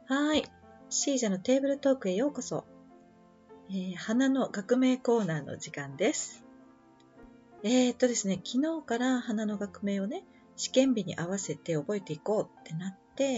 はい。シージャのテーブルトークへようこそ。花の学名コーナーの時間です。ですね、昨日から花の学名をね、試験日に合わせて覚えていこうってなって、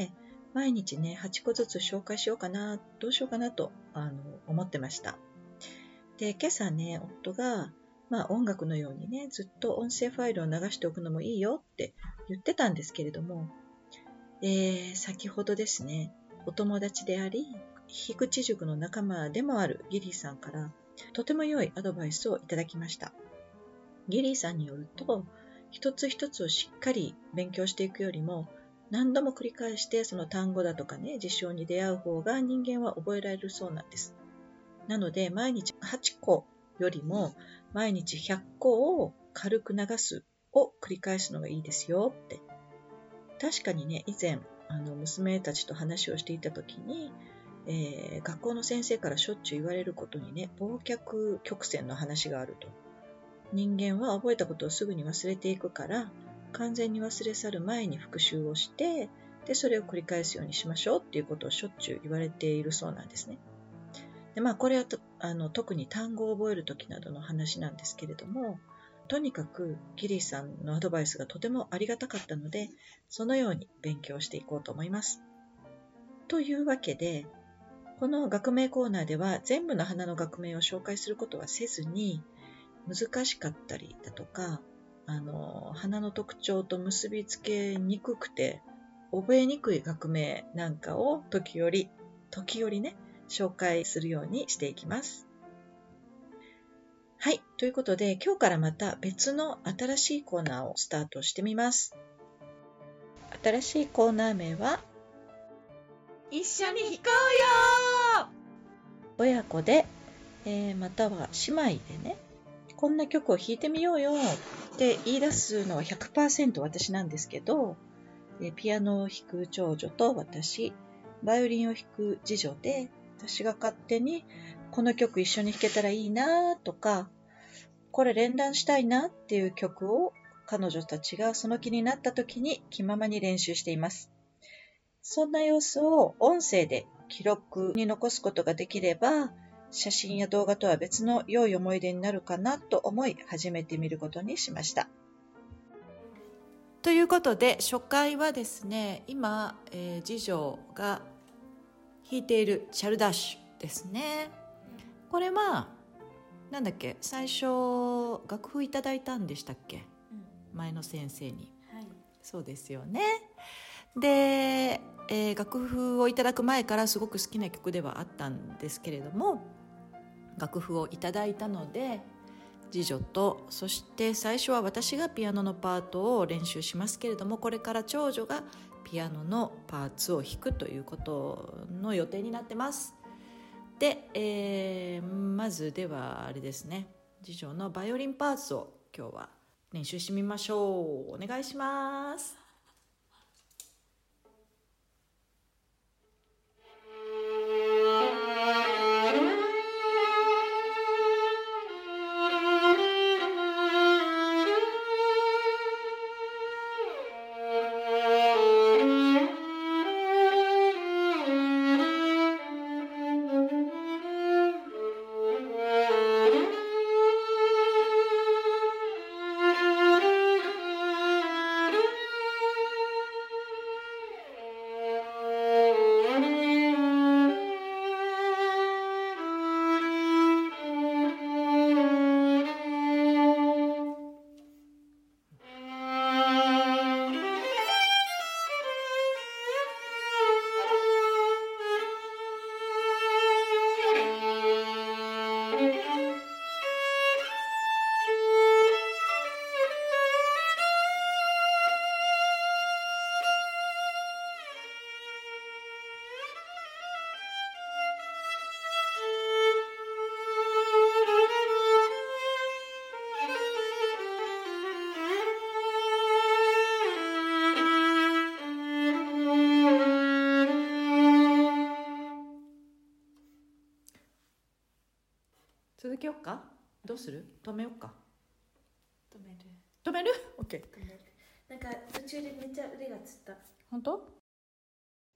毎日ね、8個ずつ紹介しようかな、どうしようかなと、思ってました。で、今朝ね、夫が、音楽のようにね、ずっと音声ファイルを流しておくのもいいよって言ってたんですけれども、先ほどですね、お友達であり、樋口塾の仲間でもあるギリーさんから、とても良いアドバイスをいただきました。ギリーさんによると、一つ一つをしっかり勉強していくよりも、何度も繰り返してその単語だとかね、事象に出会う方が人間は覚えられるそうなんです。なので、毎日8個よりも、毎日100個を軽く流すを繰り返すのがいいですよって。確かにね、以前、娘たちと話をしていた時に、学校の先生からしょっちゅう言われることにね、忘却曲線の話があると。人間は覚えたことをすぐに忘れていくから、完全に忘れ去る前に復習をして、で、それを繰り返すようにしましょうっていうことをしょっちゅう言われているそうなんですね。で、これは特に単語を覚えるときなどの話なんですけれども、とにかくギリーさんのアドバイスがとてもありがたかったので、そのように勉強していこうと思います。というわけで、この学名コーナーでは全部の花の学名を紹介することはせずに、難しかったりだとか、花の特徴と結びつけにくくて、覚えにくい学名なんかを時折ね、紹介するようにしていきます。はい。ということで、今日からまた別の新しいコーナーをスタートしてみます。新しいコーナー名は、 一緒に弾こうよ親子で、または姉妹でね、こんな曲を弾いてみようよって言い出すのは 100% 私なんですけど、ピアノを弾く長女と私、バイオリンを弾く次女で、私が勝手にこの曲一緒に弾けたらいいなとか、これ連弾したいなっていう曲を彼女たちがその気になった時に気ままに練習しています。そんな様子を音声で記録に残すことができれば、写真や動画とは別の良い思い出になるかなと思い始めてみることにしました。 ということで、初回はですね、今、次女が弾いているチャルダッシュですね。これはなんだっけ、最初楽譜いただいたんでしたっけ、前の先生に、 はい、 そうですよね。で、楽譜をいただく前からすごく好きな曲ではあったんですけれども、楽譜をいただいたので次女と、そして最初は私がピアノのパートを練習しますけれども、これから長女がピアノのパーツを弾くということの予定になってます。で、まずではあれですね、次女のバイオリンパーツを今日は練習してみましょう。お願いします。続けよっか。どうする？止めよっか。 止める。 止める？ OK。 なんか途中でめっちゃ腕がつった。 本当？ はい。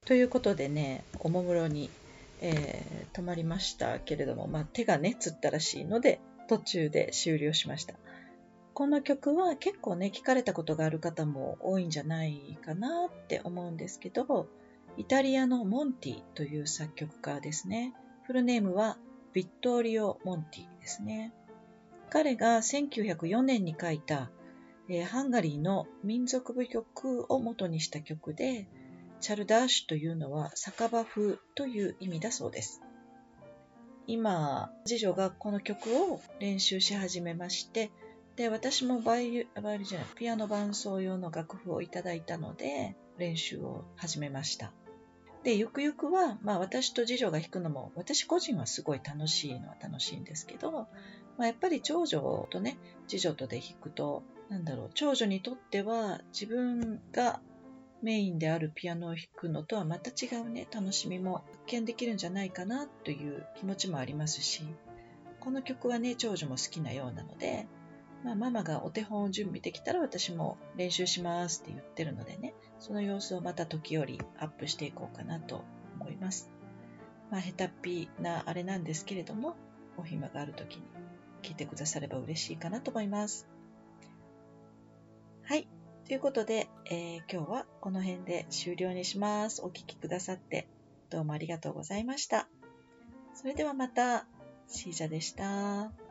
ということでね、おもむろに、止まりましたけれども、手がねつったらしいので途中で終了しました。この曲は結構ね聞かれたことがある方も多いんじゃないかなって思うんですけど、イタリアのモンティという作曲家ですね。フルネームはビットーリオ・モンティですね。彼が1904年に書いた、ハンガリーの民族舞曲を元にした曲で、チャルダーシュというのは酒場風という意味だそうです。今、次女がこの曲を練習し始めまして、で、私もピアノ伴奏用の楽譜をいただいたので、練習を始めました。で、ゆくゆくは、私と次女が弾くのも、私個人はすごい楽しいのは楽しいんですけど、やっぱり長女とね、次女とで弾くと、長女にとっては自分がメインであるピアノを弾くのとはまた違うね、楽しみも発見できるんじゃないかなという気持ちもありますし、この曲はね、長女も好きなようなので、ママがお手本を準備できたら私も練習しますって言ってるのでね、その様子をまた時折アップしていこうかなと思います。下手っぴなあれなんですけれども、お暇がある時に聞いてくだされば嬉しいかなと思います。はい。ということで、今日はこの辺で終了にします。お聞きくださってどうもありがとうございました。それではまた、シージャでした。